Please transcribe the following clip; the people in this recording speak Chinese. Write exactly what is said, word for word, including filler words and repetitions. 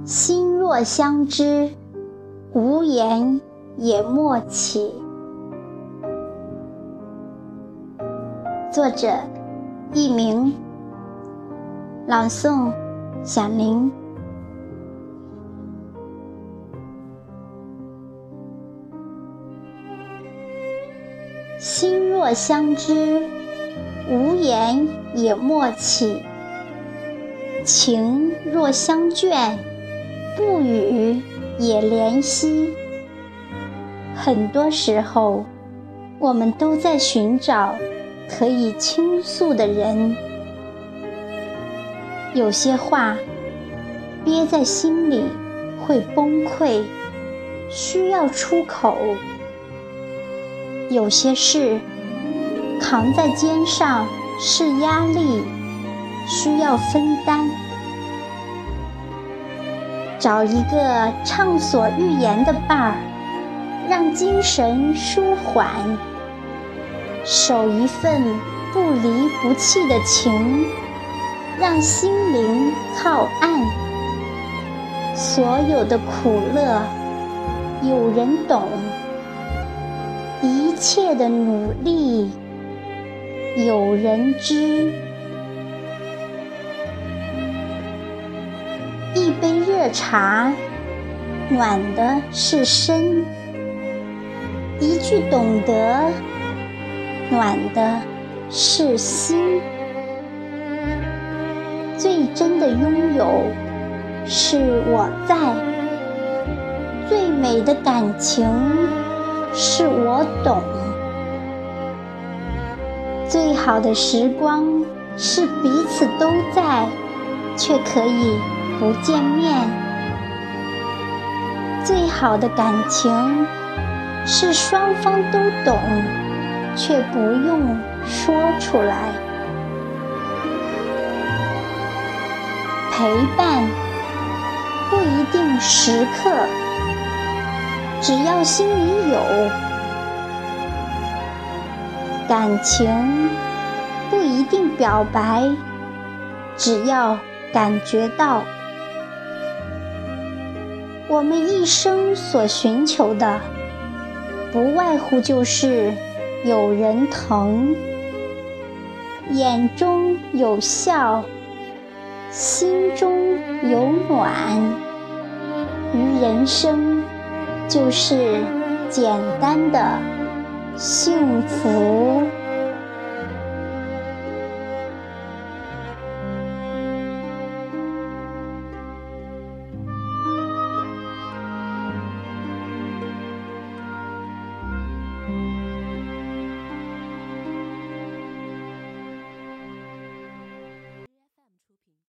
心若相知，无言也默契。作者佚名，朗诵响铃。心若相知，无言也默契。情若相眷，不语也怜惜。很多时候，我们都在寻找可以倾诉的人。有些话憋在心里会崩溃，需要出口；有些事扛在肩上是压力，需要分担。找一个畅所欲言的伴儿，让精神舒缓；守一份不离不弃的情，让心灵靠岸。所有的苦乐有人懂，一切的努力有人知。一杯热茶，暖的是身；一句懂得，暖的是心。最真的拥有是我在，最美的感情是我懂。最好的时光是彼此都在，却可以不见面。最好的感情是双方都懂，却不用说出来。陪伴不一定时刻，只要心里有；感情不一定表白，只要感觉到。我们一生所寻求的，不外乎就是有人疼，眼中有笑，心中有暖。于人生，就是简单的幸福。